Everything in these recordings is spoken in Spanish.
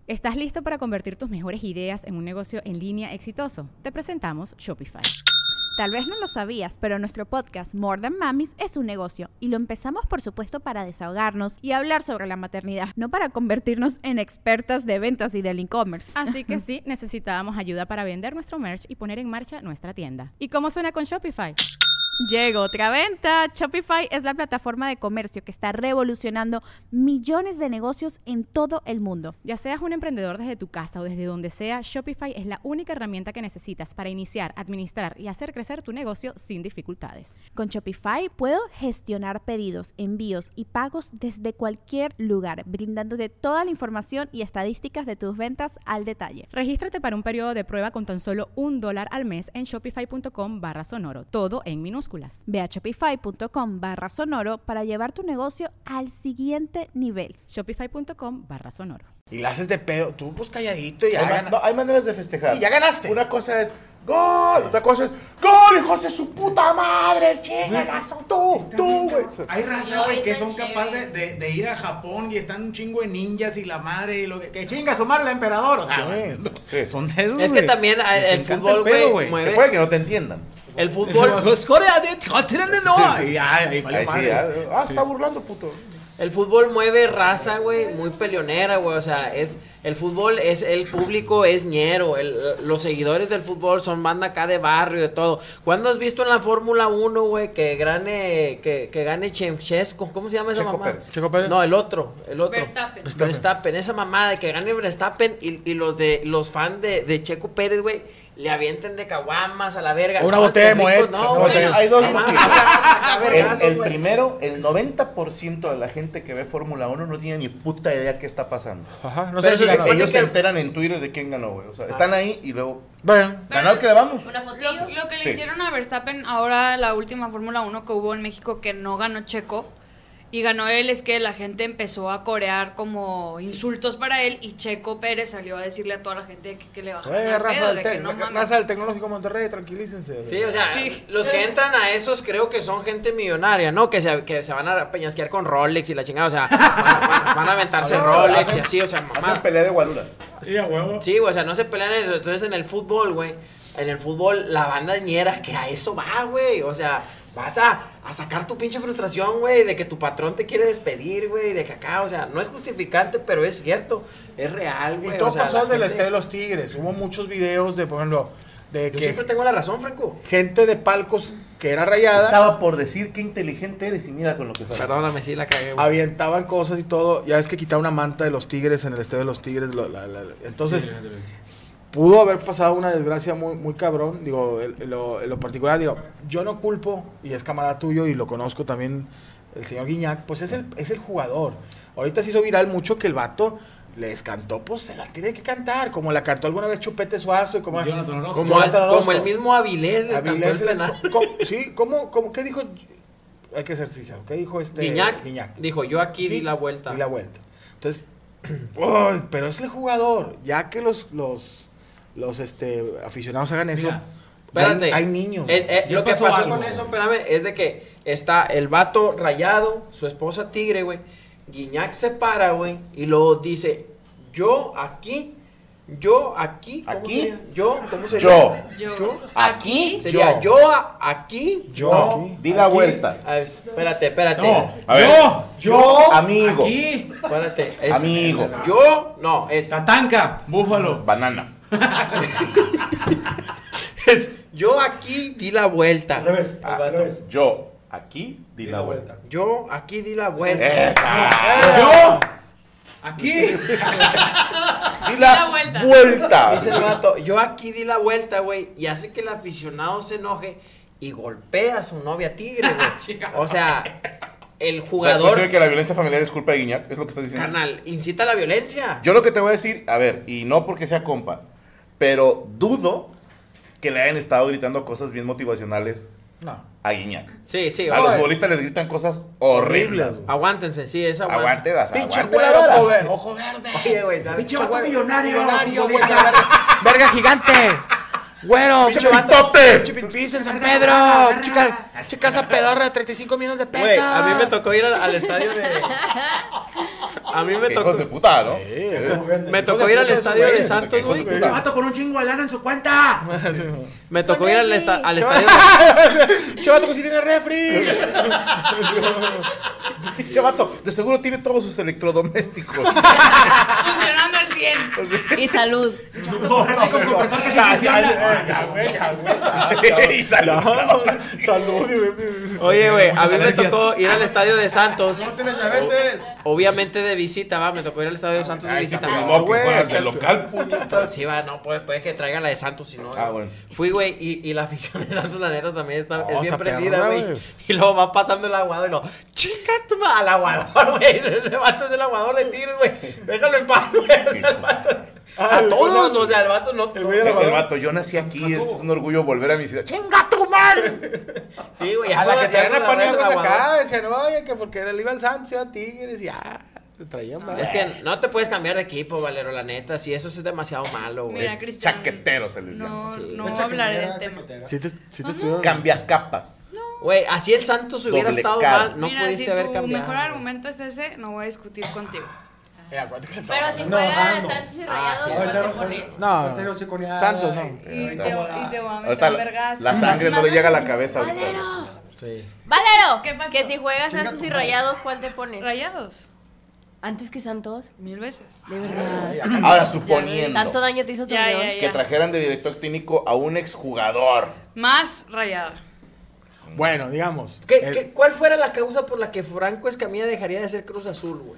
¿Estás listo para convertir tus mejores ideas en un negocio en línea exitoso? Te presentamos Shopify. Tal vez no lo sabías, pero nuestro podcast More Than Mamis es un negocio y lo empezamos por supuesto para desahogarnos y hablar sobre la maternidad, no para convertirnos en expertas de ventas y del e-commerce. Así que sí, necesitábamos ayuda para vender nuestro merch y poner en marcha nuestra tienda. ¿Y cómo suena con Shopify? Llegó otra venta. Shopify es la plataforma de comercio que está revolucionando millones de negocios en todo el mundo. Ya seas un emprendedor desde tu casa o desde donde sea, Shopify es la única herramienta que necesitas para iniciar, administrar y hacer crecer tu negocio sin dificultades. Con Shopify puedo gestionar pedidos, envíos y pagos desde cualquier lugar, brindándote toda la información y estadísticas de tus ventas al detalle. Regístrate para un periodo de prueba con tan solo $1 al mes en shopify.com/sonoro, todo en minúsculas. Ve a shopify.com/sonoro para llevar tu negocio al siguiente nivel. Shopify.com/sonoro. Y la haces de pedo, tú pues calladito y ya No, hay maneras de festejar. Sí, ya ganaste. Una cosa es ¡gol! Otra cosa es ¡gol, hijos de su puta madre! ¡Chingas! Tú, güey. Hay raza, güey, que son capaces de ir a Japón y están un chingo de ninjas y la madre y lo que chinga su madre el emperador. O sea, Sí. son de esos, Es que güey. también Les el encanta fútbol, pedo, güey, Te mueve. puede que no te entiendan. El fútbol, Los coreanos, no. Y ya, ahí valió Ahí sí, madre. está burlando, puto. el fútbol mueve raza, güey, muy peleonera, güey. O sea, el fútbol es el público es ñero. Los seguidores del fútbol son banda acá de barrio, de todo. ¿Cuándo has visto en la Fórmula 1, güey, que gane Chemchesco? ¿Cómo se llama esa Checo mamá? Pérez. Checo Pérez. No, el otro. Verstappen. Esa mamada de que gane Verstappen y los fans de Checo Pérez, güey, le avienten de caguamas a la verga. Una No, botella de que Moet. rico, No, güey. sí, hay dos No, motivos. o sea, a vergazos, El güey. primero, el 90% de la gente que ve Fórmula 1 no tiene ni puta idea qué está pasando. Ajá, no Pero sé si se ganó. supone Ellos que- se enteran en Twitter de quién ganó, güey. O sea, están ahí y luego... Bueno, ¿Ganó el que le vamos? Una fotillo. Lo que le Sí. hicieron a Verstappen ahora, la última Fórmula 1 que hubo en México, que no ganó Checo, y ganó él, es que la gente empezó a corear como insultos para él, y Checo Pérez salió a decirle a toda la gente que le bajaran al raza pedo, del de que no mames. raza del Tecnológico Monterrey, tranquilícense. Sí, o sea, Sí. los que entran a esos creo que son gente millonaria, ¿no? Que se van a peñasquear con Rolex y la chingada, o sea, van a aventarse Rolex y así, o sea, Hacen mamá. pelea de guaruras. Sí, a huevo. Sí, güey, o sea, no se pelean entonces en el fútbol, güey. En el fútbol, la banda ñera, que a eso va, güey. O sea, vas a sacar tu pinche frustración, güey, de que tu patrón te quiere despedir, güey, de que acá, o sea, no es justificante, pero es cierto, es real, güey. Y todo o sea, pasó la del gente- este de los Tigres. Hubo muchos videos de, por ejemplo, de Yo siempre que tengo la razón, Franco. gente de palcos que era rayada Estaba por decir qué inteligente eres y mira con lo que sale. Perdóname, sí la cagué, güey. avientaban cosas y todo. Ya es que quitaron una manta de los Tigres en el estadio de los Tigres. Entonces, pudo haber pasado una desgracia muy, muy cabrón. Digo, en lo particular, digo, yo no culpo, y es camarada tuyo, y lo conozco también, el señor Guiñac, pues es el jugador. Ahorita se hizo viral mucho que el vato les cantó, pues se las tiene que cantar, como la cantó alguna vez Chupete Suazo, y como Como, Jonathan Orozco. como el mismo Avilés les cantó Avilés el se les- penal. Sí, ¿cómo, qué dijo? Hay que ser sincero, ¿qué dijo Guiñac Guiñac? dijo, yo aquí di la vuelta. Di la vuelta. Entonces, uy, pero es el jugador, ya que los aficionados hagan eso, Mira, espérate. hay niños. Lo que pasó con eso, espérame, es de que está el vato Rayado, su esposa Tigre, güey. Guiñac se para, güey, y luego dice, yo aquí, ¿cómo ¿Aquí? sería? ¿Cómo sería? Yo. Aquí, Sería aquí. Yo, di la vuelta. A ver, espérate. A ver. yo, Amigo. Aquí, Espérate. Amigo. Yo, no, es Tatanka, Búfalo. Banana. yo aquí di la vuelta. al revés, Ah, al revés. Yo aquí di la vuelta. Yo aquí di la vuelta. Esa. Yo, aquí. Di la la vuelta. vuelta. Dice el vato, yo aquí di la vuelta, güey, y hace que el aficionado se enoje y golpea a su novia Tigre, güey. O sea, el O sea, ¿tú jugador, crees que la violencia familiar es culpa de Guiñac? ¿Es lo que estás diciendo? carnal, incita a la violencia. Yo lo que te voy a decir, a ver, y no porque sea compa, pero dudo que le hayan estado gritando cosas bien motivacionales No. a Guiñac. Sí, A los Oye. futbolistas les gritan cosas horribles. güey. Aguántense, sí, esa Aguante, Pinche aguante la güero, vara. ojo verde. Oye, güey, ¿sabes? Pinche vato millonario. güey, verga gigante. Güero, Pinche ¡Pintote! Chipipis en San Pedro. Chica esa pedorra de 35 millones de pesos. Güey, a mí me tocó ir al estadio de... A mí me Qué tocó. hijos de puta, ¿no? Me tocó ir al estadio de Santos, Hijos de güey. puta. Vato con un chingo de lana en su cuenta. Me tocó ir al estadio. Chavato que sí tiene refri. Pinche vato, de seguro tiene todos sus electrodomésticos. Funcionando al 100. Y salud. Con compresor que se funciona. Y salió. Salud. Oye, güey, a mí me tocó ir al estadio de Santos. ¿No tienes diabetes? Obviamente de visita, va. Me tocó ir al estadio de Santos de Ay, sí, visita. no, que fueras del local, puñetas. Sí, va, no, puede que traigan la de Santos, si no. Ah, bueno. Fui, güey, y la afición de Santos, la neta, también es bien está prendida, perra, güey. güey. Y luego va pasando el aguador y lo, chinga tu madre, al aguador, güey. Ese vato es el aguador de Tigres, güey. Déjalo en paz, güey. O sea, el vato- A todos, o sea, el vato no. El vato, yo nací aquí, es un orgullo volver a mi ciudad. ¡Chinga tu madre! Sí, güey. A la que ya traían con a la raza del Paniagos aguador. acá, decían, oye, que porque le iba al Santos, iba a Tigres, y ya. Se traían mal. Es que no te puedes cambiar de equipo, Valero, la neta. Si eso es demasiado malo, güey. Mira, Es Cristian, chaquetero, se les llama. No, Sí. no Es hablaré chaquetera, del tema. chaquetera. Sí te estuvieron. Cambia capas. Güey, así el Santos hubiera Doble estado cara. mal. No Mira, pudiste si haber tu cambiado. mejor argumento es ese, no voy a discutir contigo. Acuérdate que Pero si No, juega Rando. Santos y Rayados, sí. ¿cuál te Ahorita pones? No, va a ser hociconeada Santos, no. Y te voy a meter Ahorita un vergazo. la sangre no le llega a la cabeza ahorita. Valero. Sí. Valero. ¿Qué pasó? Que si juega Chinga Santos tu y madre. Rayados, ¿cuál te pones? Rayados. Antes que Santos. 1000 veces. De verdad. Ahora, suponiendo Tanto daño te hizo tu Ya, León. ya, ya. que trajeran de director técnico a un exjugador. Más rayado. Bueno, digamos. ¿Cuál fuera la causa por la que Franco Escamilla dejaría de ser Cruz Azul, güey?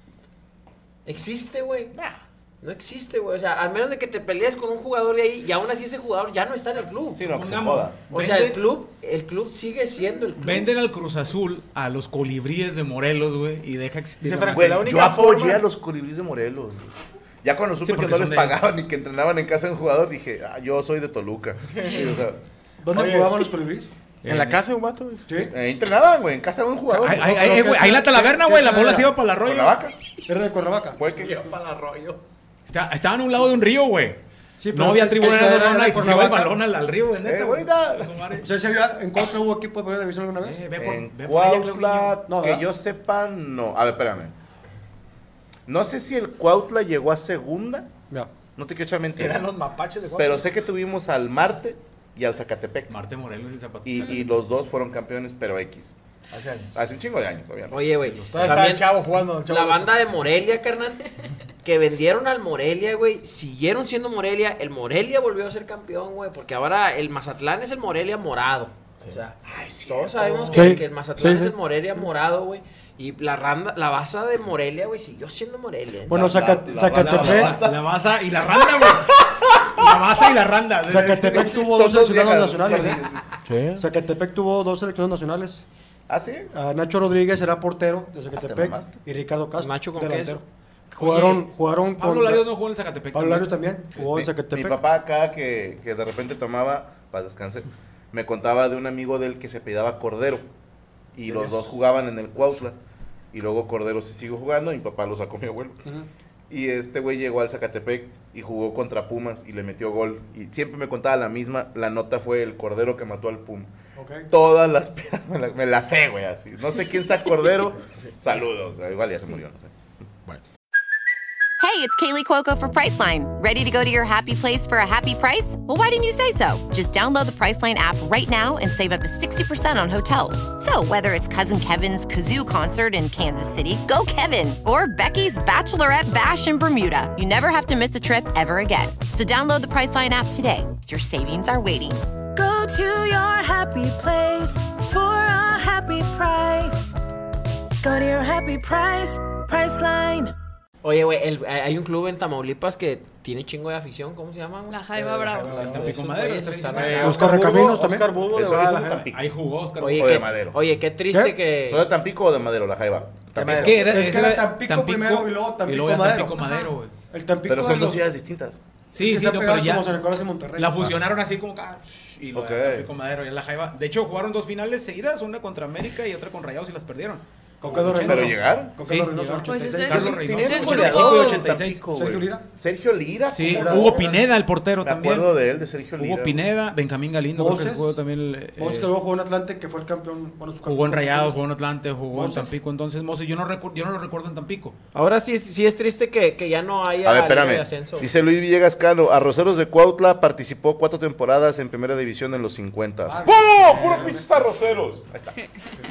¿Existe, güey? No existe, güey. O sea, al menos de que te pelees con un jugador de ahí y aún así ese jugador ya no está en el club. Sí, no, que se Supongamos. joda. O sea, el club sigue siendo el club. Venden al Cruz Azul a los colibríes de Morelos, güey, y deja existir. Dice la Franco, Güey, la yo única apoyé forma- a los colibríes de Morelos. Güey. Ya cuando supe Sí, que porque no son les de pagaban ni que entrenaban en casa de un jugador, dije, yo soy de Toluca. Sí, o sea, ¿Dónde Oye. jugaban los colibríes? En la casa de un vato. Sí. entrenaban, güey, en casa de un jugador. Ahí en la Talaverna, güey, la bola se iba para el ¿Con arroyo. la vaca? Era de Cuernavaca. ¿Cuál que? Para el arroyo. Estaban a un lado de un río, güey. Sí, pero No había es- tribuna esa en la era zona de y se iba el Cuernavaca. balón al río, güey, neta. güey. bonita. O sea, ¿sí había- ¿en Cuautla hubo equipo de primera división alguna vez? En por allá, Cuautla, No, que ¿verdad? yo sepa, no. A ver, espérame. No sé si el Cuautla llegó a segunda. Ya. No te quiero echar mentiras. Eran los mapaches de Pero sé que tuvimos al Marte y al Zacatepec. Marte Morelos y Zapato. Y los dos fueron campeones, pero X. Hace años. Hace un chingo de años, obviamente. Oye, güey. Todavía estaba el También chavo jugando. el chavo la de- banda de Morelia, carnal, que vendieron al Morelia, güey, siguieron siendo Morelia. El Morelia volvió a ser campeón, güey, porque ahora el Mazatlán es el Morelia morado. O sea, todos sabemos que, Sí, que el Mazatlán sí, es sí. el Morelia morado, güey. Y la base de Morelia, güey, siguió siendo Morelia. Bueno, La Zacatepec. La Baza y la Randa, güey. La Baza y la Randa. Zacatepec tuvo Son dos dos seleccionados viejas, nacionales. ¿Eh? Zacatepec tuvo dos selecciones nacionales. ¿Ah, sí? Nacho Rodríguez era portero de Zacatepec mamaste. y Ricardo Castro. ¿Nacho con delantero. queso? Jugaron Pablo contra- Larios no jugó en Zacatepec. Pablo Larios también jugó en Mi Zacatepec. papá acá, que de repente tomaba, para descansar, me contaba de un amigo de él que se apellidaba Cordero. Y los dos jugaban en el Cuautla. Y luego Cordero se siguió jugando y mi papá lo sacó mi abuelo. Ujú. Y este güey llegó al Zacatepec y jugó contra Pumas y le metió gol. Y siempre me contaba la misma, la nota fue el Cordero que mató al Puma. Ok. Todas las piedras me la sé, güey, así. No sé quién sea Cordero. Saludos. Igual ya se murió, no sé. Hey, it's Kaylee Cuoco for Priceline. Ready to go to your happy place for a happy price? Well, why didn't you say so? Just download the Priceline app right now and save up to 60% on hotels. So, whether it's Cousin Kevin's Kazoo concert in Kansas City, go Kevin, or Becky's Bachelorette Bash in Bermuda, you never have to miss a trip ever again. So, download the Priceline app today. Your savings are waiting. Go to your happy place for a happy price. Go to your happy price, Priceline. Oye, güey, hay un club en Tamaulipas que tiene chingo de afición. ¿Cómo se llama, güey? La Jaiba Bravo. Tampico Madero. Están Oscar Recaminos también. Oscar Burgos Eso le va es a un la- Tampico. Ahí jugó Oscar. Oye, O de qué- Madero. Oye, qué triste ¿Qué? que... ¿Soy de Tampico o de Madero, la Jaiba? Tampico. Es que era, Es que era ese Tampico primero y luego Tampico ya Madero. Tampico Madero, güey. El Tampico Pero son de dos los- ciudades distintas. Sí, es que sí, están no, pero pegados ya como San Nicolás y Monterrey. la fusionaron así como y lo Ok. de Tampico Madero y en la Jaiba. De hecho, jugaron dos finales seguidas, una contra América y otra con Rayados y las perdieron. Con Carlos ¿Pero Reynoso. llegaron? Con Sí, Carlos Reynoso, llegaron. 86. Pues Carlos ese- Reynoso, ese es 85 y goleador. 86. Sergio Lira. Sergio Lira. Sí, ¿cómo era? Hugo Pineda, el portero Me también. acuerdo de él, de Sergio Lira. Hugo Pineda, Benjamín Galindo, creo que Moses. jugó también. Moses que luego jugó en Atlante, que fue el campeón. Bueno, su Jugó en campeón. Rayados, jugó en Atlante, jugó Moses. en Tampico. Entonces, Moses, yo no lo recuerdo en Tampico. Ahora sí es triste que ya no haya A ver, liga de espérame. ascenso. Dice Luis Villegas Cano, Arroceros de Cuautla participó 4 temporadas en primera división en los 50. ¡Pum! ¡Puro pinches arroceros! Ahí está.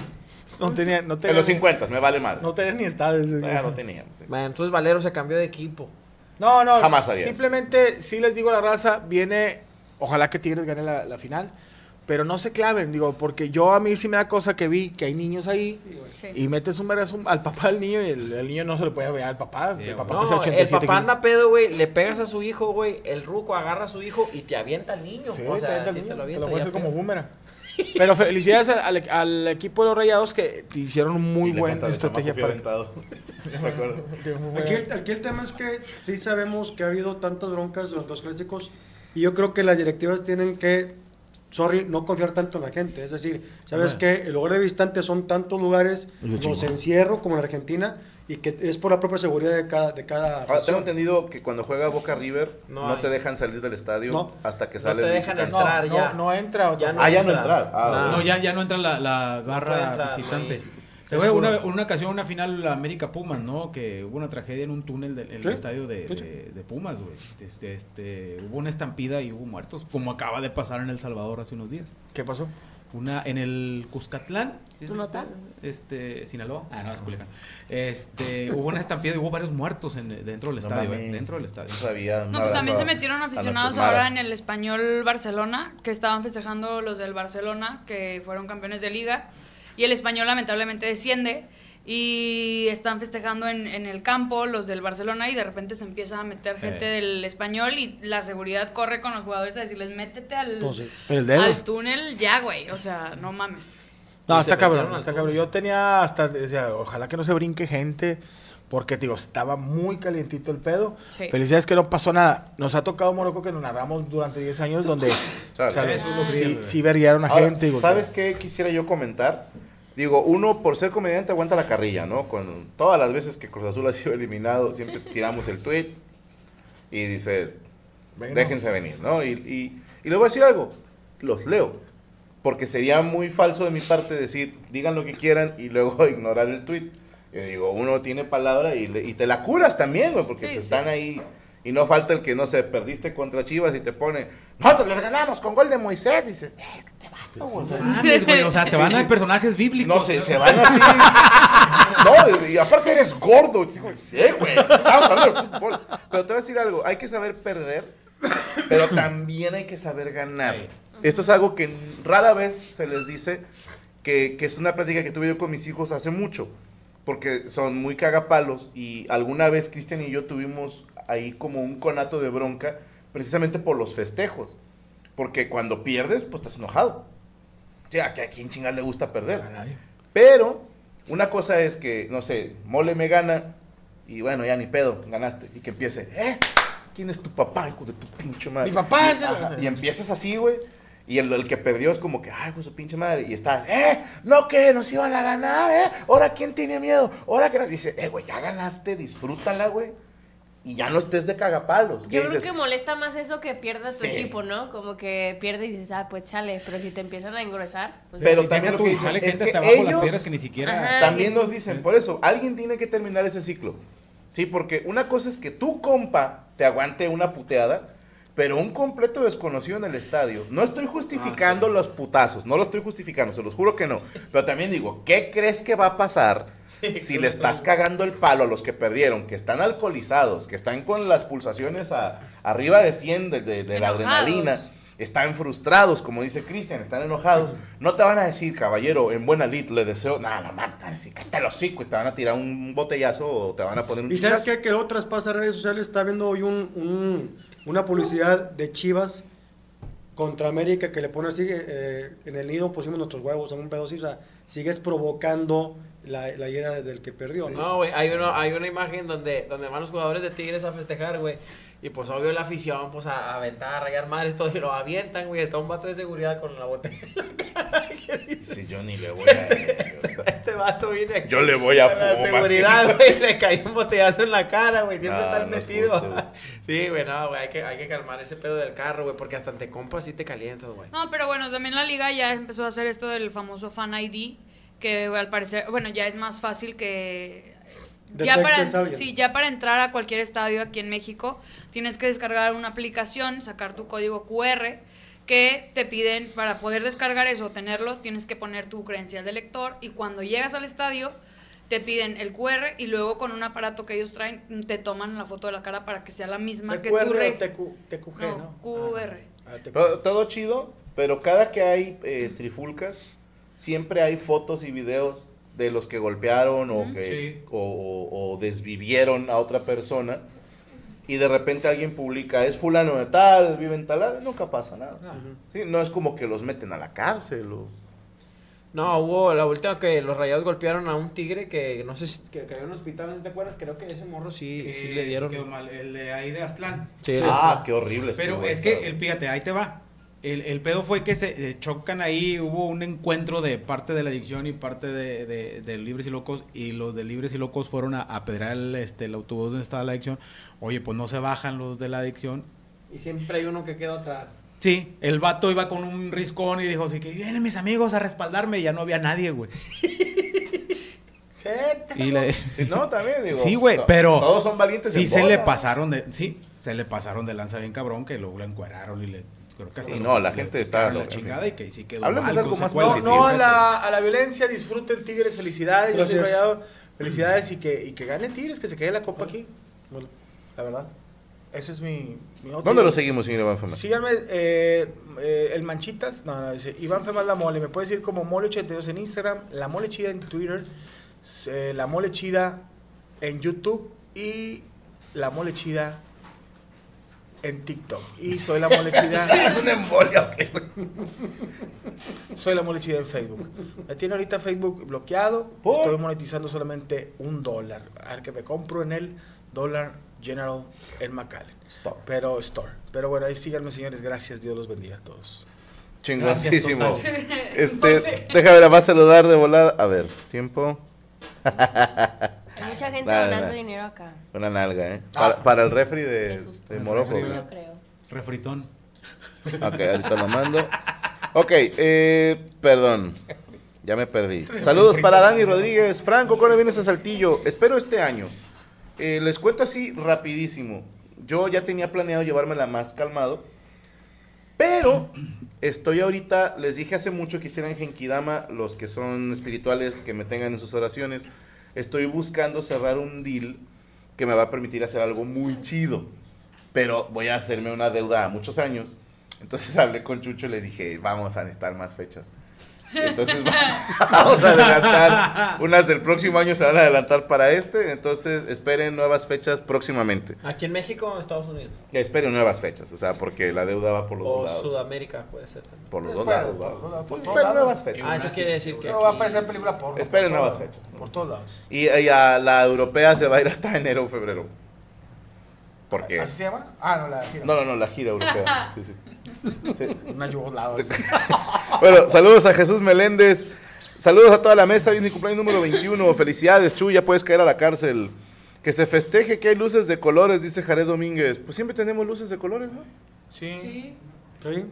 No tenía, En los 50, me vale mal. No tenía ni estadios. Ya no teníamos. sí. Bueno, entonces Valero se cambió de equipo. No, Jamás había. Simplemente, sí les digo a la raza, viene, ojalá que Tigres gane la final, pero no se claven, digo, porque a mí sí me da cosa que vi que hay niños ahí Sí. y metes un vergazo al papá del niño y el niño no se le puede ver al papá. Sí, el papá No, pesa el 87 papá kilos. anda pedo, güey, le pegas a su hijo, güey, el ruco agarra a su hijo y te avienta al niño. Sí, o te sea, avienta el si niño, te lo te avienta lo puede ya hacer como pedo. boomerang. Pero felicidades al equipo de los Rayados que hicieron un muy Y le buena cuenta de estrategia chamaco para... fui aventado. Me acuerdo. Aquí el tema es que sí sabemos que ha habido tantas broncas durante los clásicos y yo creo que las directivas tienen que, no confiar tanto en la gente. Es decir, sabes que el lugar de visitantes son tantos lugares, los encierro como en Argentina y que es por la propia seguridad de cada Ahora, tengo afición. entendido que cuando juega Boca River No no hay. te dejan salir del estadio No. hasta que No sale te el dejan visitante. entrar ya. No entra. Ya Ah, ya no entrar. Ah, No. No, ya no entra la puede barra entrar, visitante. güey. Una ocasión, una final América Pumas, ¿no? Que hubo una tragedia en un túnel en el Sí, estadio de Pumas, güey. Hubo una estampida y hubo muertos, como acaba de pasar en El Salvador hace unos días. ¿Qué pasó? En el Cuscatlán, ¿sí es ¿Tú no estás? Sinaloa. Ah, no, es Culiacán. Hubo una estampida y hubo varios muertos dentro del estadio, mames. dentro del estadio. No sabía. No, pues también se metieron aficionados nuestros ahora maras. en el Español Barcelona, que estaban festejando los del Barcelona, que fueron campeones de liga, y el Español lamentablemente desciende, y están festejando en el campo los del Barcelona, y de repente se empieza a meter gente del Español, y la seguridad corre con los jugadores a decirles, métete El dedo. al túnel ya, güey, o sea, no mames. No, Y está se cabrón, metieron está al cabrón. Yo tenía hasta, decía, ojalá que no se brinque gente, porque, digo, estaba muy calientito el pedo. Sí. Felicidades que no pasó nada. Nos ha tocado, Morocco, que nos narramos durante 10 años donde ¿Sabes? eso es lo que sí verguearon a Ahora, gente. Digo, ¿sabes qué quisiera yo comentar? Digo, uno por ser comediante aguanta la carrilla, ¿no? Con todas las veces que Cruz Azul ha sido eliminado, siempre tiramos el tweet y dices, déjense venir, ¿no? Y les voy a decir algo, los leo, porque sería muy falso de mi parte decir, digan lo que quieran y luego ignorar el tweet. Yo digo, uno tiene palabra y te la curas también, güey, porque Sí, te sí. están ahí. Y no falta el que, no sé, perdiste contra Chivas y te pone, nosotros les ganamos con gol de Moisés. Dices, te vato, güey. Mames, güey, o sea, te van a personajes bíblicos. No sé, se van así. No, y aparte eres gordo. Güey, estamos hablando de fútbol. Pero te voy a decir algo, hay que saber perder, pero también hay que saber ganar. Esto es algo que rara vez se les dice, que es una práctica que tuve yo con mis hijos hace mucho, porque son muy cagapalos, y alguna vez Cristian y yo tuvimos ahí como un conato de bronca, precisamente por los festejos, porque cuando pierdes, pues estás enojado. O sea, que a quién chingada le gusta perder. Pero una cosa es que, no sé, Mole me gana y bueno, ya ni pedo, ganaste. Y que empiece, ¿quién es tu papá, hijo de tu pinche madre? Mi papá es el... Ajá, y empiezas así, güey. Y el que perdió es como que, hijo de su pinche madre. Y está, no, que nos iban a ganar, ahora quién tiene miedo, ahora que nos dice, güey, ya ganaste, disfrútala, güey. Y ya no estés de cagapalos. Yo creo dices, que molesta más eso que pierdas tu Sí. equipo, ¿no? Como que pierdes y dices, pues chale, pero si te empiezan a engrosar, pues Pero Y también deja lo tú, que dicen sale es gente que hasta abajo las ellos piedras que ni siquiera... Ajá. también nos dicen, por eso, alguien tiene que terminar ese ciclo. Sí, porque una cosa es que tu compa te aguante una puteada, pero un completo desconocido en el estadio. No estoy justificando los putazos, no lo estoy justificando, se los juro que no. Pero también digo, ¿qué crees que va a pasar si le estás cagando el palo a los que perdieron, que están alcoholizados, que están con las pulsaciones arriba de 100 de la Enojados. adrenalina? Están frustrados, como dice Cristian, están enojados. No te van a decir, caballero, en buena lid le deseo. Nada, no, man, te van a decir, cállate el hocico, y te van a tirar un botellazo o te van a poner un Y sabes chingazo. qué? Que luego traspasa redes sociales, está viendo hoy una publicidad de Chivas contra América que le pone así, en el nido pusimos nuestros huevos, en un pedo así, o sea, sigues provocando la ira del que perdió, ¿no? No, güey, hay una imagen donde van los jugadores de Tigres a festejar, güey. Y pues obvio la afición, pues a aventar, a rayar madres, todo, y lo avientan, güey. Está un vato de seguridad con la botella en la cara. Dice, yo ni le voy a... Este vato viene. Yo le voy a la Pumas. seguridad, güey, le cayó un botellazo en la cara, güey. Siempre No, está no es metido. justo, güey. Sí, güey, no, güey, hay que calmar ese pedo del carro, güey, porque hasta te compas y te calientas, güey. No, pero bueno, también la liga ya empezó a hacer esto del famoso Fan ID, que al parecer, bueno, ya es más fácil que... Detectes a alguien. Sí, ya para entrar a cualquier estadio aquí en México, tienes que descargar una aplicación, sacar tu código QR, que te piden, para poder descargar eso, tenerlo, tienes que poner tu credencial de lector, y cuando llegas al estadio, te piden el QR, y luego con un aparato que ellos traen, te toman la foto de la cara para que sea la misma que tu TQR o TQG, ¿no? QR. Pero, todo chido, pero cada que hay trifulcas, siempre hay fotos y videos de los que golpearon o que o desvivieron a otra persona, y de repente alguien publica, es fulano de tal, vive en tal lado, nunca pasa nada. Sí, no es como que los meten a la cárcel o... No, hubo la última que los Rayados golpearon a un tigre que no sé si que cayó en un hospital, ¿no te acuerdas? Creo que ese morro sí le dieron. Sí quedó mal. El de ahí de Aztlán. Sí, qué horrible. Pero es que, fíjate, ahí te va. El pedo fue que se chocan ahí, hubo un encuentro de parte de la adicción y parte de Libres y Locos, y los de Libres y Locos fueron a apedrear el autobús donde estaba la adicción. Oye, pues no se bajan los de la adicción. Y siempre hay uno que queda atrás. Sí, el vato iba con un riscón y dijo así que vienen mis amigos a respaldarme, y ya no había nadie, güey. Sí, no, también digo. Sí, güey, pero todos son valientes. Sí, en se bola. le pasaron de lanza bien cabrón, que luego lo encueraron y le creo que hasta Sí, no, la gente está la loca, chingada, sí. y que sí quedó Hablemos mal, algo más consecuencias. No a la violencia, disfruten Tigres, felicidades. Yo soy Gracias. Rayado, felicidades y que ganen Tigres, que se quede la copa aquí. Bueno, la verdad. Eso es mi ¿Dónde lo seguimos, señor Iván Femal? Síganme, el Manchitas, dice Iván Femal La Mole, me puedes decir como Mole82 en Instagram, La Mole Chida en Twitter, La Mole Chida en YouTube y La Mole Chida en TikTok. Y soy La Mole Chida. ¿Una embolia? Soy La Mole Chida en Facebook. Me tiene ahorita Facebook bloqueado. Estoy monetizando solamente $1. A ver que me compro en el Dollar General en McAllen. Store. Pero bueno, ahí síganme, señores. Gracias. Dios los bendiga a todos. Chingoncísimo. Déjame nada más saludar de volada. A ver, tiempo. Hay mucha gente donando dinero acá. Una nalga, ¿eh? Para el refri de Morocco. Yo creo. Refritón. Ok, ahorita lo mando. Ok, perdón. Ya me perdí. Saludos para Dani Rodríguez. Franco, ¿cuándo vienes a Saltillo? Espero este año. Les cuento así rapidísimo. Yo ya tenía planeado llevármela más calmado, pero estoy ahorita, les dije hace mucho que hicieran Genkidama, los que son espirituales, que me tengan en sus oraciones. Estoy buscando cerrar un deal que me va a permitir hacer algo muy chido, pero voy a hacerme una deuda a muchos años. Entonces hablé con Chucho y le dije, vamos a necesitar más fechas. Entonces vamos a adelantar, unas del próximo año se van a adelantar para entonces esperen nuevas fechas próximamente. ¿Aquí en México o en Estados Unidos? Esperen nuevas fechas, o sea, porque la deuda va por los O dos lados. Sudamérica puede ser también. Por los dos Bueno, lados. por va. los dos lados. Pues Por esperen todos nuevas lados. fechas. Ah, eso quiere decir que No va a aquí- aparecer película porno. Esperen por todos nuevas lados. fechas. Por todos lados. Y a la europea se va a ir hasta enero o febrero. ¿Por qué? ¿Así se llama? Ah, no, la gira. No, la gira europea. Sí. Una yugoslava. Bueno, saludos a Jesús Meléndez. Saludos a toda la mesa. Hoy es mi cumpleaños número 21. Felicidades, Chu, ya puedes caer a la cárcel. Que se festeje que hay luces de colores, dice Jared Domínguez. Pues siempre tenemos luces de colores, ¿no? Sí. ¿Sí?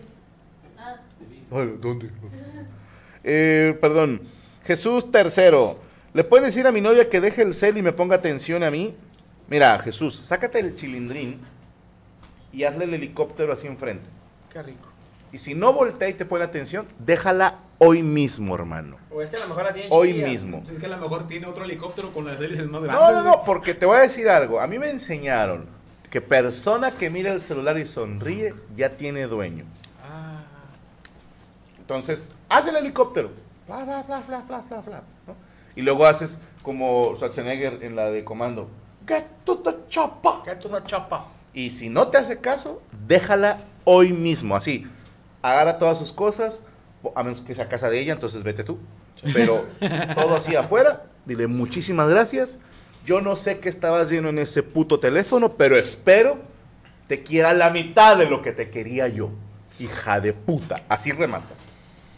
Ay, ¿dónde? Perdón. Jesús tercero. ¿Le pueden decir a mi novia que deje el cel y me ponga atención a mí? Mira, Jesús, sácate el chilindrín y hazle el helicóptero así enfrente. Qué rico. Y si no voltea y te pone atención, déjala hoy mismo, hermano. O es que a lo mejor la tienen Hoy chiquilla. mismo. Es que a lo mejor tiene otro helicóptero con las hélices más grandes. No, porque te voy a decir algo. A mí me enseñaron que persona que mira el celular y sonríe ya tiene dueño. Entonces, haz el helicóptero. Fla, fla, fla, fla, fla, fla, fla, ¿no? Y luego haces como Schwarzenegger en la de Comando. Get to the chopper. Get to the chopper. Y si no te hace caso, déjala hoy mismo. Así, agarra todas sus cosas, a menos que sea casa de ella, entonces vete tú. Pero todo así afuera, dile muchísimas gracias. Yo no sé qué estabas viendo en ese puto teléfono, pero espero te quiera la mitad de lo que te quería yo. Hija de puta. Así rematas.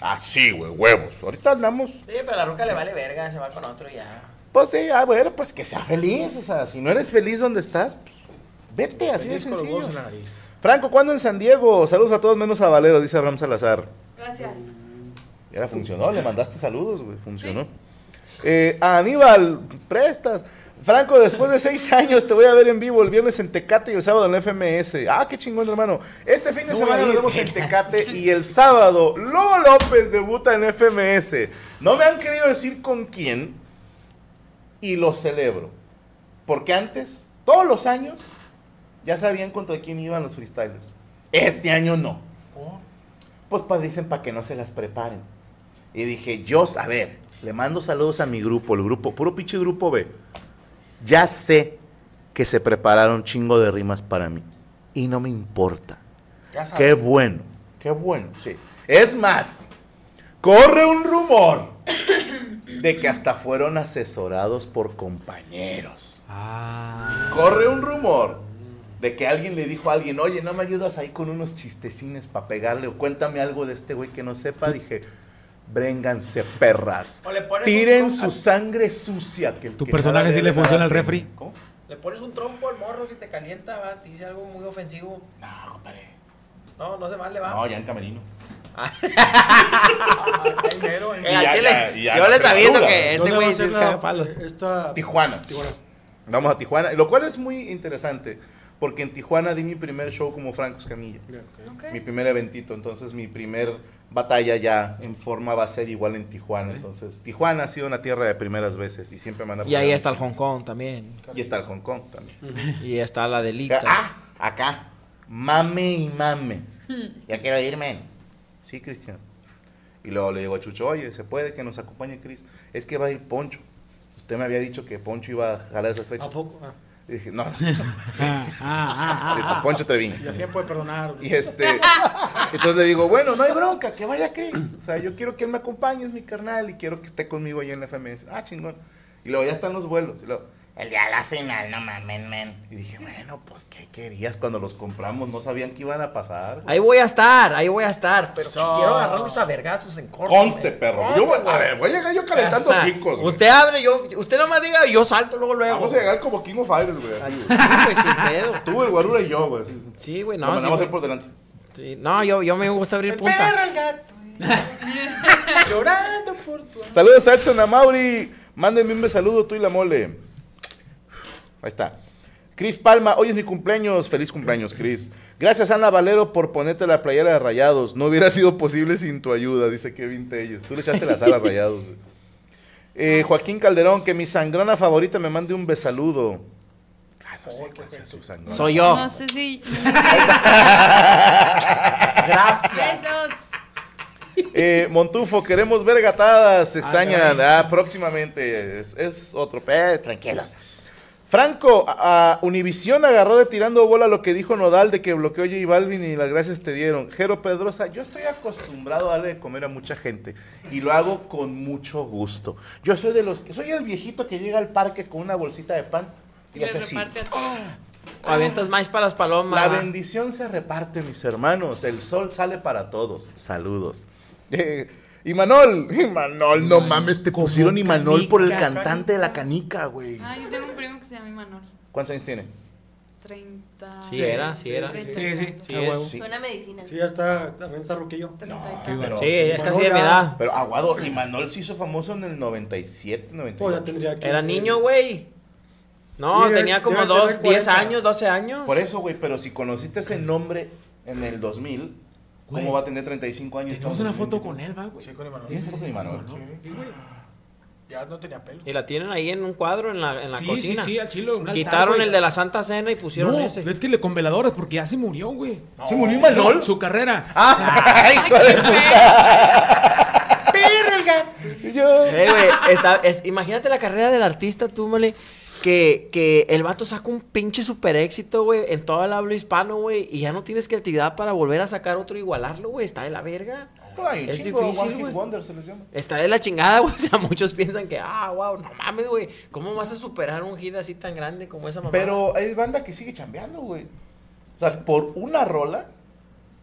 Así, güey, huevos. Ahorita andamos. Sí, pero a la ruca le vale verga, se va con otro y ya. Pues sí, bueno, pues que sea feliz. O sea, si no eres feliz donde estás, pues, vete, así de Feliz con los sencillo. huevos en la nariz. Franco, ¿cuándo en San Diego? Saludos a todos menos a Valero, dice Abraham Salazar. Gracias. Y ahora funcionó, le mandaste saludos, güey, funcionó. A Aníbal, prestas. Franco, después de 6 años te voy a ver en vivo el viernes en Tecate y el sábado en la FMS. Ah, qué chingón, hermano. Este fin de semana nos vemos en Tecate y el sábado Lobo López debuta en FMS. No me han querido decir con quién y lo celebro. Porque antes, todos los años, ya sabían contra quién iban los freestylers. Este año no. Pues dicen para que no se las preparen. Y dije, a ver, le mando saludos a mi grupo, el grupo, puro pinche grupo B. Ya sé que se prepararon chingo de rimas para mí. Y no me importa. Qué bueno, sí. Es más, corre un rumor de que hasta fueron asesorados por compañeros. Corre un rumor de que alguien le dijo a alguien, oye, ¿no me ayudas ahí con unos chistecines para pegarle? O cuéntame algo de este güey que no sepa. Dije, vénganse perras. Tiren su sangre sucia. Que ¿Tu personaje sí le funciona al refri? ¿Cómo? Le pones un trompo al morro si te calienta, va, te dice algo muy ofensivo. No, compadre. No se vale, va. No, ya en camerino. Yo les aviso que este güey es cagapalo. Tijuana. Vamos a Tijuana, lo cual es muy interesante, porque en Tijuana di mi primer show como Franco Escamilla. Mi primer eventito, entonces mi primer batalla ya en forma va a ser igual en Tijuana. Entonces, Tijuana ha sido una tierra de primeras veces y siempre me han apoyado. Y ahí está el Hong Kong también. Y está el Hong Kong también. Y está la delita. Acá. Mame y mame. Ya quiero irme. Sí, Cristian. Y luego le digo a Chucho, oye, ¿se puede que nos acompañe Cris? Es que va a ir Poncho. Usted me había dicho que Poncho iba a jalar esas fechas. ¿A poco? Y dije, no. Poncho Treviño. Ya tiempo de perdonar. Y entonces le digo, bueno, no hay bronca, que vaya Cris. O sea, yo quiero que él me acompañe, es mi carnal, y quiero que esté conmigo allá en la FMS. Ah, chingón. Y luego ya están los vuelos. Y luego, el día de la final, no mames, men. Y dije, bueno, pues, ¿qué querías cuando los compramos? No sabían que iban a pasar. Ahí voy a estar. Pero si quiero agarrarlos a vergazos en corto. Conste, perro. Voy a llegar yo calentando cicos. Usted hable, usted nomás diga, yo salto luego. Vamos a llegar como King of Fighters, güey. Sí, güey, sin pedo. Tú, el Guarura y yo, güey. Sí, güey, no. Nos mandamos a ir por delante. Sí, no, yo me gusta abrir punta. Perro el gato. Llorando por tu... Saludos a Edson, a Mauri. Mándenme un saludo, tú y la mole. Ahí está. Cris Palma, hoy es mi cumpleaños. Feliz cumpleaños, Cris. Gracias, Ana Valero, por ponerte la playera de Rayados. No hubiera sido posible sin tu ayuda, dice Kevin Telles. Tú le echaste la sal a Rayados. Joaquín Calderón, que mi sangrona favorita me mande un besaludo. No sé cuál sea su sangrona. Soy yo. No sé si... Gracias. Besos. Montufo, queremos ver gatadas. Se extrañan. Próximamente. Es otro. Tranquilos. Franco, Univisión agarró de tirando bola lo que dijo Nodal de que bloqueó J Balvin y las gracias te dieron. Jero Pedrosa, yo estoy acostumbrado a darle de comer a mucha gente y lo hago con mucho gusto. Yo soy soy el viejito que llega al parque con una bolsita de pan y hace así. Avientas más para las palomas. La bendición se reparte, mis hermanos. El sol sale para todos. Saludos. Imanol, no mames, te pusieron Imanol por el cantante de la canica, güey. Yo tengo un primo que se llama Imanol. ¿Cuántos años tiene? 30. Sí era. Sí. Suena medicina. Sí, también está ruquillo. No, sí, es casi de mi edad. Pero Aguado, Imanol se hizo famoso en el 97, 98. Ya tendría 15, Era niño, güey. No, sí, tenía como 10 años, 12 años. Por eso, güey, pero si conociste ese nombre en el 2000, ¿cómo güey, va a tener 35 años? Tenemos una foto con él, va, güey. Sí, con Imanol. ¿Tienes foto con Imanol? Sí, güey. Ya no tenía pelo. Y la tienen ahí en un cuadro en la cocina. Sí, al chilo. un altar, Quitaron güey. el de la Santa Cena y pusieron No, ese. es que con veladores porque ya se murió, güey. ¿Se murió Imanol? Su carrera. ¡Ay, hijo de puta! ¡Perro el gato! Güey, imagínate la carrera del artista, tú, mole, que el vato saca un pinche super éxito, güey, en todo el hablo hispano, güey, y ya no tienes creatividad para volver a sacar otro y igualarlo, güey, está de la verga. Ay, Es chingo, difícil, One Hit güey. Wonder se les llama. Está de la chingada, güey, o sea, muchos piensan que, wow, no mames, güey, ¿cómo vas a superar un hit así tan grande como esa mamá? Pero hay banda que sigue chambeando, güey. O sea, por una rola,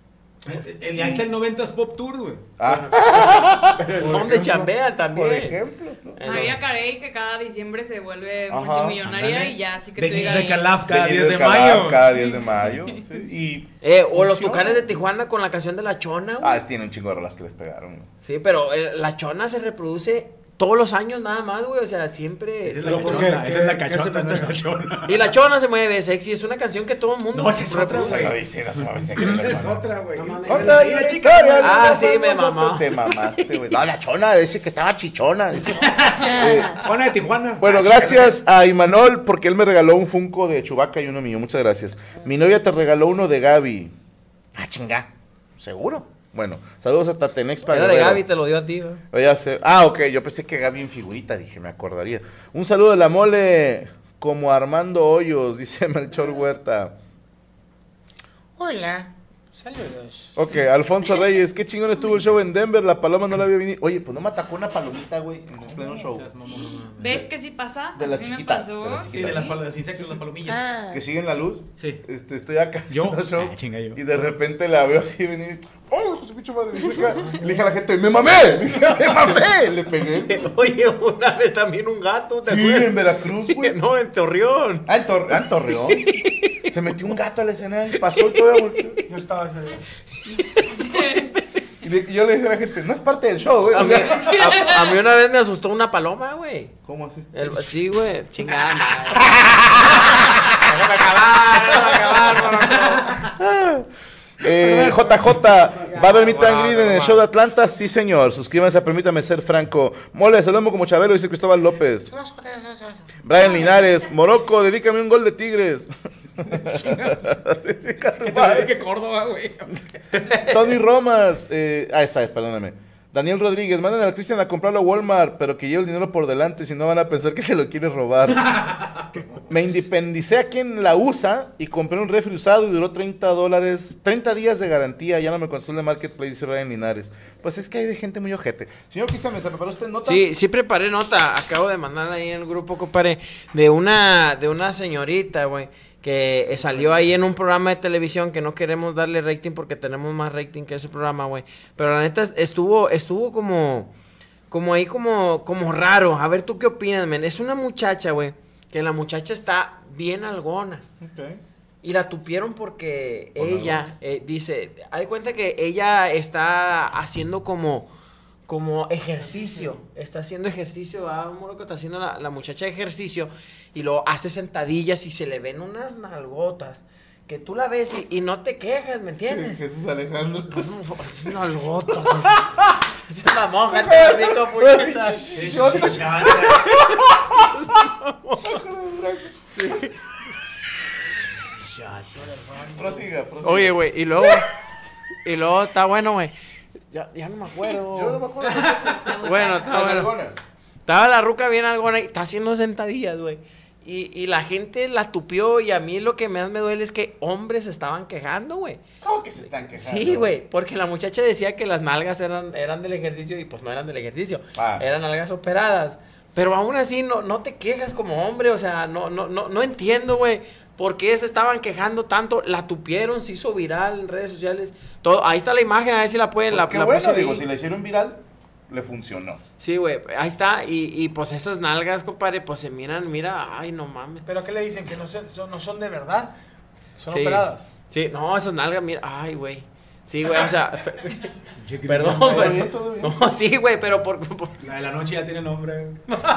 Ya está el 90s Pop Tour, güey. ¿Dónde chambea también? Por ejemplo. María Carey, que cada diciembre se vuelve multimillonaria y ya, así que tú Denise digas. de Calaf cada Denise 10 de Calaf mayo. Cada 10 de mayo. Sí. O los Tucanes de Tijuana con la canción de La Chona, güey. Tiene un chingo de rolas que les pegaron, güey. Sí, pero La Chona se reproduce todos los años nada más, güey. O sea, siempre. Esa es la cachona. Esa es la cachona, no es la chona. Y La Chona se mueve sexy. Es una canción que todo el mundo. No, esa es otra, güey. No se mueve sexy. Esa es otra, güey. Otra historia. Sí, me mamó. Te mamaste, güey. No, La Chona, dice que estaba chichona. Juana de Tijuana. Bueno, gracias a Imanol porque él me regaló un Funko de Chewbacca y uno mío. Muchas gracias. Mi novia te regaló uno de Gaby. Chinga. ¿Seguro? Bueno, saludos hasta Tenexpa. Era de Gaby, te lo dio a ti, güey. Ok, yo pensé que Gaby en figurita, dije, me acordaría. Un saludo de la mole, como Armando Hoyos, dice Melchor Huerta. Hola, saludos. Ok, Alfonso Reyes, qué chingón estuvo el show en Denver, la paloma no la había venido. Oye, pues no me atacó una palomita, güey, en el pleno show. ¿Ves que sí pasa? De las ¿Sí me chiquitas, pasó? de las Sí, chiquitas. de las insectos, las palomillas. Que siguen la luz. Sí. Estoy acá haciendo show. Chinga yo. Y de repente la veo así venir. ¡Oh, su pinche madre! Y le dije a la gente, ¡me mamé! Le pegué. Oye, una vez también un gato, ¿te Sí, acuerdas? en Veracruz, güey. No, en Torreón. En Torreón. Se metió un gato a la escena y pasó y todavía volteó. Yo estaba ese día. Y yo le dije a la gente, no es parte del show, güey. O sea, A mí una vez me asustó una paloma, güey. ¿Cómo así? Sí, güey. Chingada madre. Déjame acabar. JJ, ¿va a haber meet and greet en el show de Atlanta? Sí, señor. Suscríbanse a Permítame Ser Franco. Mole, saludos como Chabelo, dice Cristóbal López. Brian Linares, Morocco, dedícame un gol de Tigres. Que te dedique Córdoba, güey. Tony Romas, ahí está, perdóname. Daniel Rodríguez, manden al Cristian a comprarlo a Walmart, pero que lleve el dinero por delante, si no van a pensar que se lo quiere robar. Me independicé a quien la usa y compré un refri usado y duró $30, 30 días de garantía, ya no me consuelo en Marketplace, dice Ryan Linares. Pues es que hay de gente muy ojete. Señor Cristian, ¿me preparó usted nota? Sí preparé nota. Acabo de mandar ahí en el grupo, compadre, de una señorita, güey, que salió ahí en un programa de televisión que no queremos darle rating porque tenemos más rating que ese programa, güey. Pero la neta estuvo como ahí como raro. A ver, ¿tú qué opinas, men? Es una muchacha, güey, que la muchacha está bien algona. Okay. Y la tupieron porque ella, dice, hay cuenta que ella está haciendo como ejercicio, está haciendo ejercicio, un moro que está haciendo la muchacha ejercicio y lo hace sentadillas y se le ven unas nalgotas que tú la ves y no te quejas, ¿me entiendes? Sí, Jesús Alejandro. No, es nalgotas. Es una monja, te rico, puñeta. Prosiga. Oye, güey, y luego está bueno, güey. Ya no me acuerdo. Yo no me acuerdo. Bueno, está bueno. Estaba la ruca bien algona y está haciendo sentadillas, güey. Y la gente la tupió y a mí lo que más me duele es que hombres se estaban quejando, güey. ¿Cómo que se están quejando? Sí, güey, porque la muchacha decía que las nalgas eran del ejercicio y pues no eran del ejercicio. Eran nalgas operadas. Pero aún así no te quejas como hombre, o sea, no entiendo, güey. ¿Por qué se estaban quejando tanto? La tupieron, se hizo viral en redes sociales. Todo, ahí está la imagen, a ver si la pueden... Pues qué bueno, digo, si la hicieron viral, le funcionó. Sí, güey, ahí está. Y pues esas nalgas, compadre, pues se miran, mira, ay, no mames. ¿Pero qué le dicen? ¿Que no son de verdad? ¿Son operadas? Sí, no, esas nalgas, mira, ay, güey. Sí, güey, o sea... Perdón, ¿Todo bien, todo bien? No, sí, güey, pero por... La de la noche ya tiene nombre.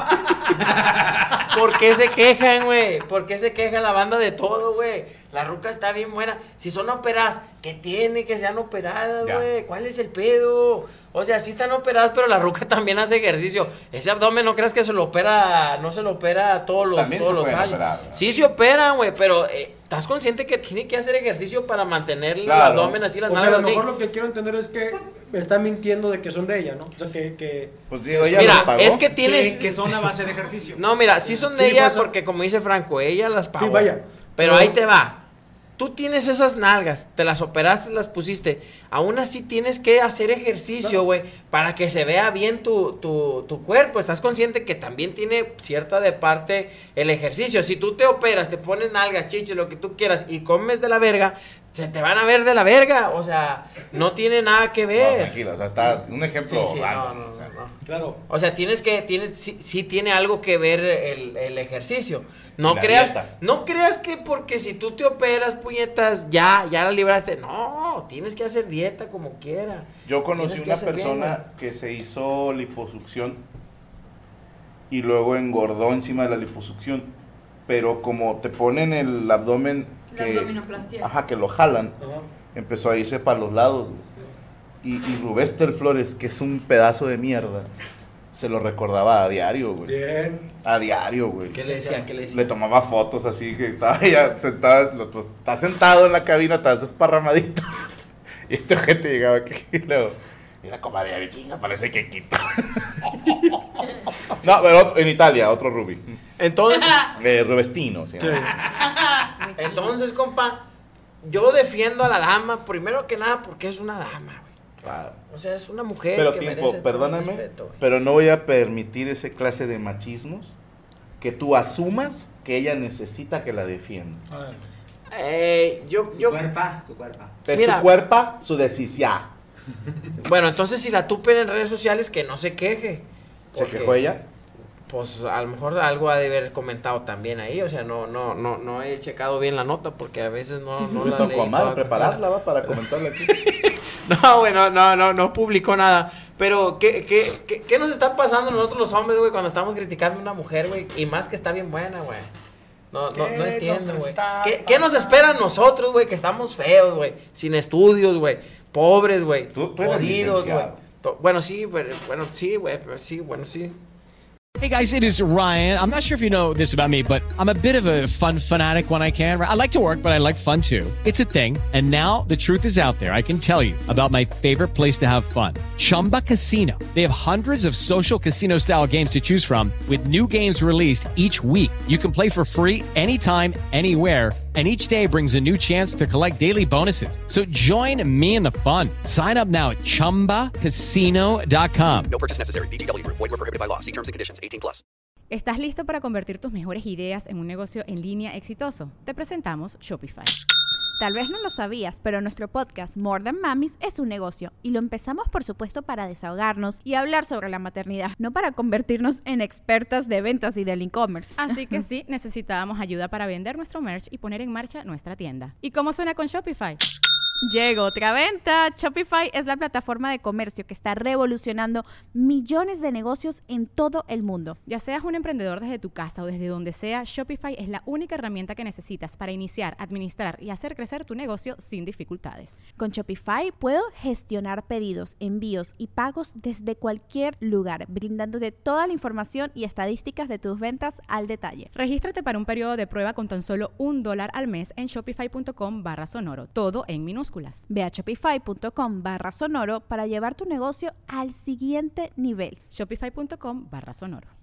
¿Por qué se quejan, güey? ¿Por qué se queja la banda de todo, güey? La ruca está bien buena. Si son operadas, ¿qué tiene que sean operadas, güey? ¿Cuál es el pedo? O sea, sí están operadas, pero la ruca también hace ejercicio. Ese abdomen, ¿no creas que se lo opera? No se lo opera todos los años. Operar, sí se operan, güey, pero ¿estás consciente que tiene que hacer ejercicio para mantener el abdomen así, las nalgas así? A lo mejor lo que quiero entender es que está mintiendo de que son de ella, ¿no? O sea, que pues digo, ella mira, los pagó. es que tienes... Que son a base de ejercicio. No, mira, sí son de ella porque como dice Franco, ella las pagó. Sí, vaya. Pero ahí te va. Tú tienes esas nalgas, te las operaste, las pusiste. Aún así tienes que hacer ejercicio, güey, para que se vea bien tu cuerpo. Estás consciente que también tiene cierta de parte el ejercicio. Si tú te operas, te pones nalgas, chiches, lo que tú quieras y comes de la verga, se te van a ver de la verga. O sea, no tiene nada que ver. No, tranquilo, o sea, está un ejemplo random. No, o sea. Claro. O sea, sí tiene algo que ver el ejercicio. No La creas, dieta. no creas que porque si tú te operas, puñetas, ya la libraste. No, tienes que hacer dieta como quiera. Yo conocí Tienes que una hacer bien, persona que se hizo liposucción y luego engordó encima de la liposucción. Pero como te ponen el abdomen La abdominoplastia. ajá, que lo jalan, empezó a irse para los lados. Y Rubén Flores, que es un pedazo de mierda, se lo recordaba a diario, güey. Bien. A diario, güey. ¿Qué le decía? Le tomaba fotos así, que estaba ya sentado, está sentado en la cabina, estás desparramadito. Y esta gente llegaba aquí y luego, mira, comadre, chinga, parece que quito. No, pero en Italia, otro Ruby. Entonces, Rubestino, ¿sí? entonces, compa, yo defiendo a la dama, primero que nada, porque es una dama, güey. Claro. O sea, es una mujer Pero que tiempo, merece todo el perdóname, respeto, güey. pero no voy a permitir ese clase de machismos que tú asumas que ella necesita que la defiendas. Su cuerpa. Es Mira. su cuerpo, su decisión. Bueno, entonces si la tupen en redes sociales, que no se queje. ¿Se Porque, quejó ella? Pues a lo mejor algo ha de haber comentado también ahí. O sea, no he checado bien la nota porque a veces no Me la tocó leí a Mar toda prepararla, va, para comentarla aquí. No, güey, no publicó nada. Pero, ¿qué nos está pasando nosotros los hombres, güey, cuando estamos criticando a una mujer, güey? Y más que está bien buena, güey. No entiendo, güey. ¿Qué nos espera a nosotros, güey? Que estamos feos, güey. Sin estudios, güey. Pobres, güey. Tú eres Jodidos, güey. licenciado. Bueno, sí, güey. Bueno, sí, güey. Bueno, sí. Hey guys, it is Ryan. I'm not sure if you know this about me, but I'm a bit of a fun fanatic when I can. I like to work, but I like fun too. It's a thing. And now the truth is out there. I can tell you about my favorite place to have fun. Chumba Casino. They have hundreds of social casino style games to choose from with new games released each week. You can play for free anytime, anywhere. And each day brings a new chance to collect daily bonuses. So join me in the fun. Sign up now at ChumbaCasino.com. No purchase necessary. VGW Group. Void where prohibited by law. See terms and conditions. 18+. ¿Estás listo para convertir tus mejores ideas en un negocio en línea exitoso? Te presentamos Shopify. Tal vez no lo sabías, pero nuestro podcast More Than Mamis es un negocio y lo empezamos por supuesto para desahogarnos y hablar sobre la maternidad, no para convertirnos en expertas de ventas y del e-commerce. Así que sí, necesitábamos ayuda para vender nuestro merch y poner en marcha nuestra tienda. ¿Y cómo suena con Shopify? Llegó otra venta. Shopify es la plataforma de comercio que está revolucionando millones de negocios en todo el mundo. Ya seas un emprendedor desde tu casa o desde donde sea, Shopify es la única herramienta que necesitas para iniciar, administrar y hacer crecer tu negocio sin dificultades. Con Shopify puedo gestionar pedidos, envíos y pagos desde cualquier lugar, brindándote toda la información y estadísticas de tus ventas al detalle. Regístrate para un periodo de prueba con tan solo $1 al mes en shopify.com/sonoro, todo en minúsculas. Ve a shopify.com/sonoro para llevar tu negocio al siguiente nivel. Shopify.com/sonoro.